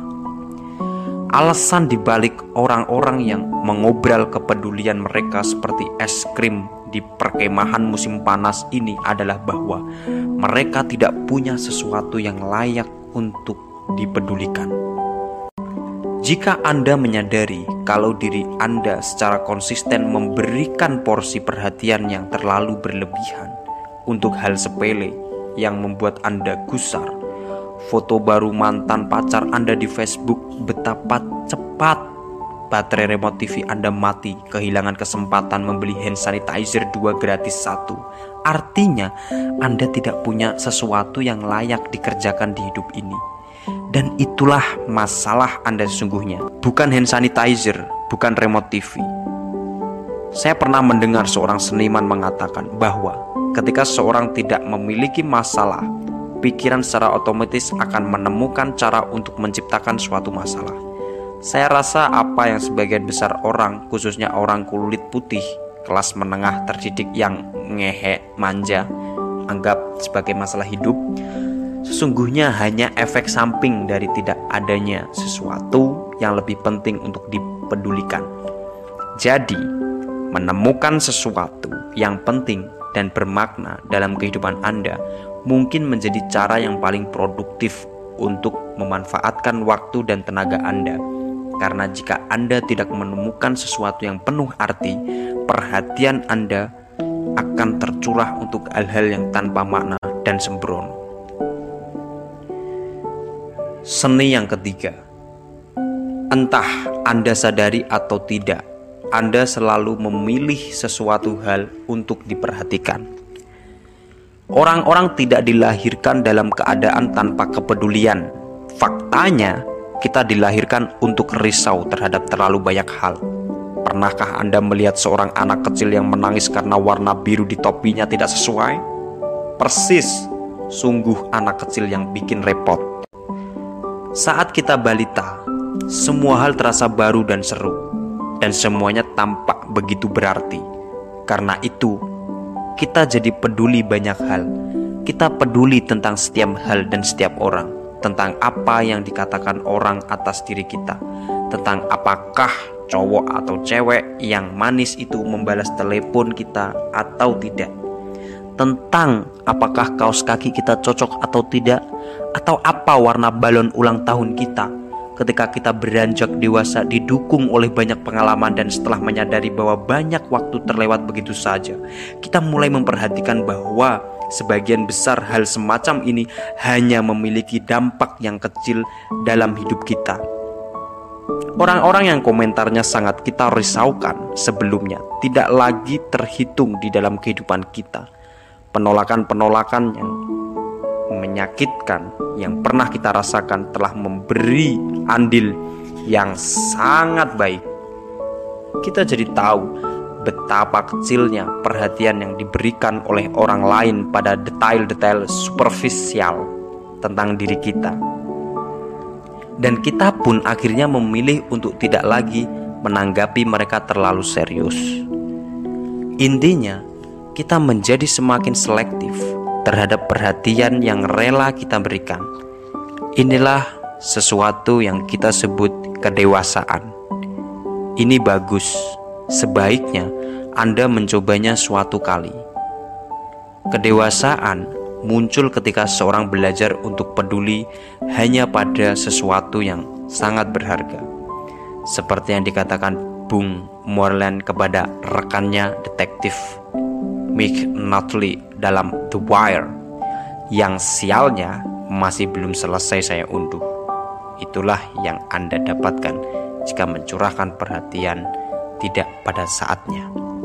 Alasan dibalik orang-orang yang mengobral kepedulian mereka seperti es krim di perkemahan musim panas ini adalah bahwa mereka tidak punya sesuatu yang layak untuk dipedulikan. Jika Anda menyadari kalau diri Anda secara konsisten memberikan porsi perhatian yang terlalu berlebihan untuk hal sepele yang membuat Anda gusar, foto baru mantan pacar Anda di Facebook, betapa cepat baterai remote TV Anda mati, kehilangan kesempatan membeli hand sanitizer 2 gratis 1. Artinya Anda tidak punya sesuatu yang layak dikerjakan di hidup ini. Dan itulah masalah Anda sesungguhnya, bukan hand sanitizer, bukan remote TV. Saya pernah mendengar seorang seniman mengatakan bahwa ketika seorang tidak memiliki masalah, pikiran secara otomatis akan menemukan cara untuk menciptakan suatu masalah. Saya rasa apa yang sebagian besar orang, khususnya orang kulit putih, kelas menengah terdidik yang ngehe, manja, anggap sebagai masalah hidup, sesungguhnya hanya efek samping dari tidak adanya sesuatu yang lebih penting untuk dipedulikan. Jadi, menemukan sesuatu yang penting dan bermakna dalam kehidupan Anda mungkin menjadi cara yang paling produktif untuk memanfaatkan waktu dan tenaga Anda. Karena jika Anda tidak menemukan sesuatu yang penuh arti, perhatian Anda akan tercurah untuk hal-hal yang tanpa makna dan sembrono. Seni yang ketiga. Entah Anda sadari atau tidak, Anda selalu memilih sesuatu hal untuk diperhatikan. Orang-orang tidak dilahirkan dalam keadaan tanpa kepedulian. Faktanya, kita dilahirkan untuk risau terhadap terlalu banyak hal. Pernahkah Anda melihat seorang anak kecil yang menangis karena warna biru di topinya tidak sesuai? Persis, sungguh anak kecil yang bikin repot. Saat kita balita, semua hal terasa baru dan seru, dan semuanya tampak begitu berarti. Karena itu, kita jadi peduli banyak hal. Kita peduli tentang setiap hal dan setiap orang, tentang apa yang dikatakan orang atas diri kita, tentang apakah cowok atau cewek yang manis itu membalas telepon kita atau tidak, tentang apakah kaos kaki kita cocok atau tidak, atau apa warna balon ulang tahun kita. Ketika kita beranjak dewasa, didukung oleh banyak pengalaman dan setelah menyadari bahwa banyak waktu terlewat begitu saja, kita mulai memperhatikan bahwa sebagian besar hal semacam ini hanya memiliki dampak yang kecil dalam hidup kita. Orang-orang yang komentarnya sangat kita risaukan sebelumnya tidak lagi terhitung di dalam kehidupan kita. Penolakan-penolakan yang menyakitkan yang pernah kita rasakan telah memberi andil yang sangat baik. Kita jadi tahu betapa kecilnya perhatian yang diberikan oleh orang lain pada detail-detail superficial tentang diri kita. Dan kita pun akhirnya memilih untuk tidak lagi menanggapi mereka terlalu serius. Intinya, kita menjadi semakin selektif terhadap perhatian yang rela kita berikan. Inilah sesuatu yang kita sebut kedewasaan. Ini bagus. Sebaiknya Anda mencobanya suatu kali. Kedewasaan muncul ketika seorang belajar untuk peduli hanya pada sesuatu yang sangat berharga. Seperti yang dikatakan Bung Moreland kepada rekannya detektif Mick Nutley dalam The Wire, yang sialnya masih belum selesai saya unduh. Itulah yang Anda dapatkan jika mencurahkan perhatian tidak pada saatnya.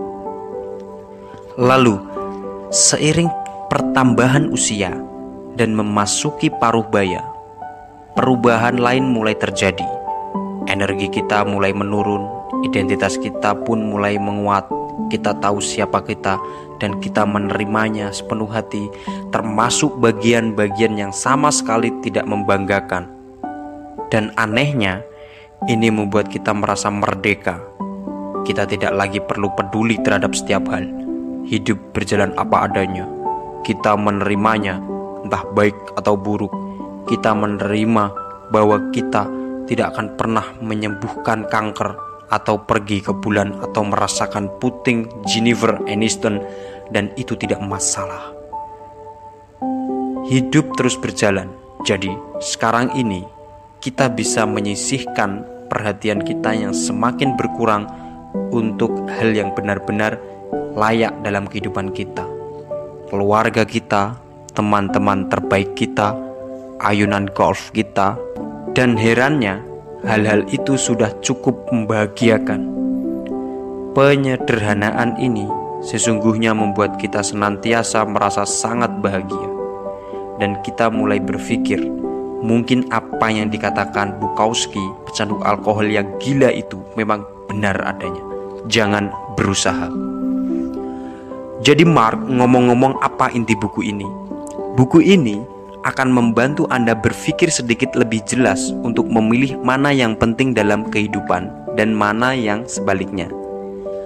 Lalu, seiring pertambahan usia dan memasuki paruh baya, perubahan lain mulai terjadi. Energi kita mulai menurun, identitas kita pun mulai menguat. Kita tahu siapa kita dan kita menerimanya sepenuh hati, termasuk bagian-bagian yang sama sekali tidak membanggakan. Dan anehnya, ini membuat kita merasa merdeka. Kita tidak lagi perlu peduli terhadap setiap hal. Hidup berjalan apa adanya. Kita menerimanya, entah baik atau buruk. Kita menerima bahwa kita tidak akan pernah menyembuhkan kanker, atau pergi ke bulan, atau merasakan puting Jennifer Aniston, dan itu tidak masalah. Hidup terus berjalan. Jadi sekarang ini kita bisa menyisihkan perhatian kita yang semakin berkurang untuk hal yang benar-benar layak dalam kehidupan kita. Keluarga kita, teman-teman terbaik kita, ayunan golf kita, dan herannya hal-hal itu sudah cukup membahagiakan. Penyederhanaan ini sesungguhnya membuat kita senantiasa merasa sangat bahagia. Dan kita mulai berpikir, mungkin apa yang dikatakan Bukowski, pecandu alkohol yang gila itu memang benar adanya. Jangan berusaha. Jadi Mark ngomong-ngomong, apa inti buku ini? Buku ini akan membantu Anda berpikir sedikit lebih jelas untuk memilih mana yang penting dalam kehidupan dan mana yang sebaliknya.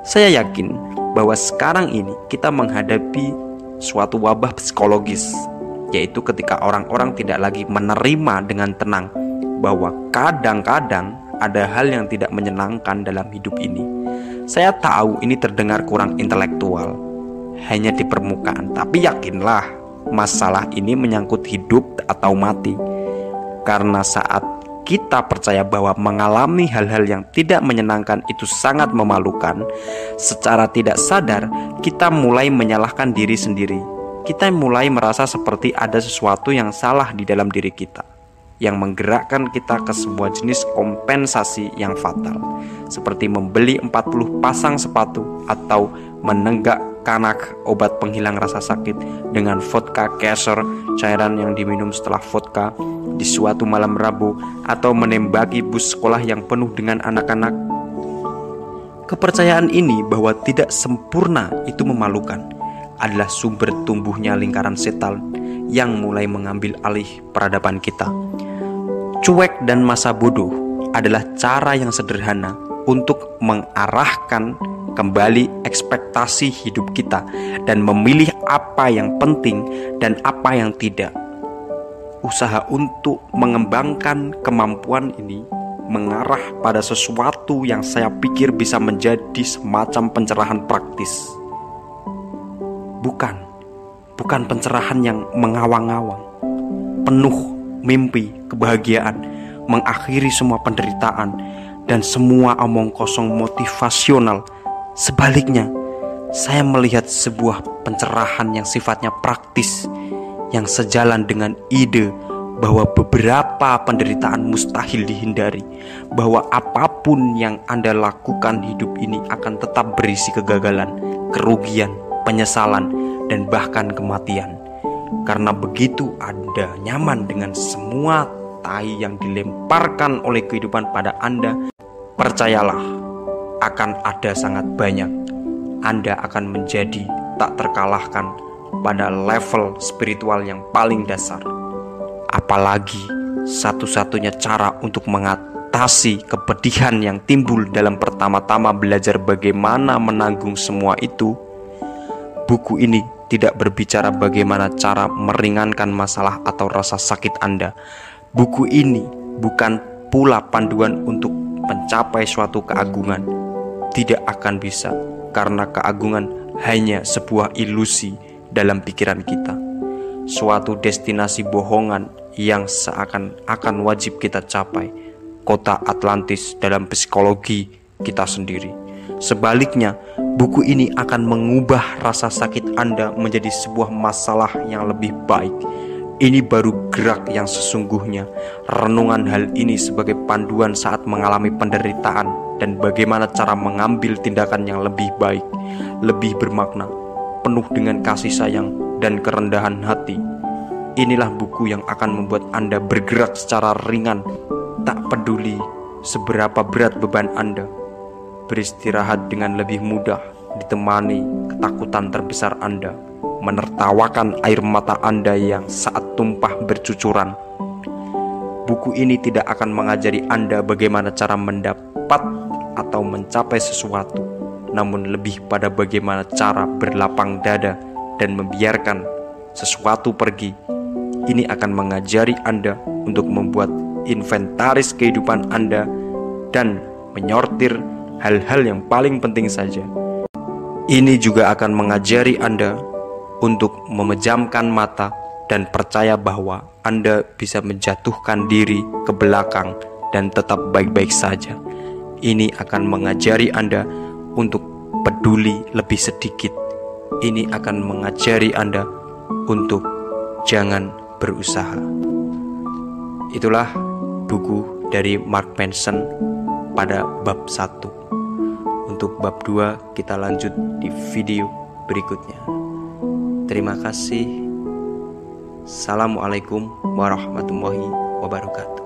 Saya yakin bahwa sekarang ini kita menghadapi suatu wabah psikologis, yaitu ketika orang-orang tidak lagi menerima dengan tenang bahwa kadang-kadang ada hal yang tidak menyenangkan dalam hidup ini. Saya tahu ini terdengar kurang intelektual, hanya di permukaan, tapi yakinlah masalah ini menyangkut hidup atau mati. Karena saat kita percaya bahwa mengalami hal-hal yang tidak menyenangkan itu sangat memalukan, secara tidak sadar kita mulai menyalahkan diri sendiri. Kita mulai merasa seperti ada sesuatu yang salah di dalam diri kita, yang menggerakkan kita ke sebuah jenis kompensasi yang fatal, seperti membeli 40 pasang sepatu atau menenggak kanak obat penghilang rasa sakit dengan vodka Kaiser, cairan yang diminum setelah vodka di suatu malam Rabu, atau menembaki bus sekolah yang penuh dengan anak-anak. Kepercayaan ini bahwa tidak sempurna itu memalukan adalah sumber tumbuhnya lingkaran setan yang mulai mengambil alih peradaban kita. Cuek dan masa bodoh adalah cara yang sederhana untuk mengarahkan kembali ekspektasi hidup kita dan memilih apa yang penting dan apa yang tidak. Usaha untuk mengembangkan kemampuan ini mengarah pada sesuatu yang saya pikir bisa menjadi semacam pencerahan praktis. Bukan pencerahan yang mengawang-awang, penuh mimpi, kebahagiaan, mengakhiri semua penderitaan dan semua omong kosong motivasional. Sebaliknya, saya melihat sebuah pencerahan yang sifatnya praktis, yang sejalan dengan ide bahwa beberapa penderitaan mustahil dihindari, bahwa apapun yang Anda lakukan hidup ini akan tetap berisi kegagalan, kerugian, penyesalan, dan bahkan kematian. Karena begitu Anda nyaman dengan semua tai yang dilemparkan oleh kehidupan pada Anda, percayalah, akan ada sangat banyak. Anda akan menjadi tak terkalahkan pada level spiritual yang paling dasar. Apalagi satu-satunya cara untuk mengatasi kepedihan yang timbul dalam pertama-tama belajar bagaimana menanggung semua itu. Buku ini tidak berbicara bagaimana cara meringankan masalah atau rasa sakit Anda. Buku ini bukan pula panduan untuk mencapai suatu keagungan. Tidak akan bisa, karena keagungan hanya sebuah ilusi dalam pikiran kita, suatu destinasi bohongan yang seakan-akan wajib kita capai, kota Atlantis dalam psikologi kita sendiri. Sebaliknya, buku ini akan mengubah rasa sakit Anda menjadi sebuah masalah yang lebih baik. Ini baru gerak yang sesungguhnya. Renungan hal ini sebagai panduan saat mengalami penderitaan dan bagaimana cara mengambil tindakan yang lebih baik, lebih bermakna, penuh dengan kasih sayang dan kerendahan hati. Inilah buku yang akan membuat Anda bergerak secara ringan, tak peduli seberapa berat beban Anda. Beristirahat dengan lebih mudah, ditemani ketakutan terbesar Anda, menertawakan air mata Anda yang saat tumpah bercucuran. Buku ini tidak akan mengajari Anda bagaimana cara mendapat atau mencapai sesuatu, namun lebih pada bagaimana cara berlapang dada dan membiarkan sesuatu pergi. Ini akan mengajari Anda untuk membuat inventaris kehidupan Anda dan menyortir hal-hal yang paling penting saja. Ini juga akan mengajari Anda untuk memejamkan mata dan percaya bahwa Anda bisa menjatuhkan diri ke belakang dan tetap baik-baik saja. Ini akan mengajari Anda untuk peduli lebih sedikit. Ini akan mengajari Anda untuk jangan berusaha. Itulah buku dari Mark Manson pada bab 1. Untuk bab 2 kita lanjut di video berikutnya. Terima kasih. Assalamualaikum warahmatullahi wabarakatuh.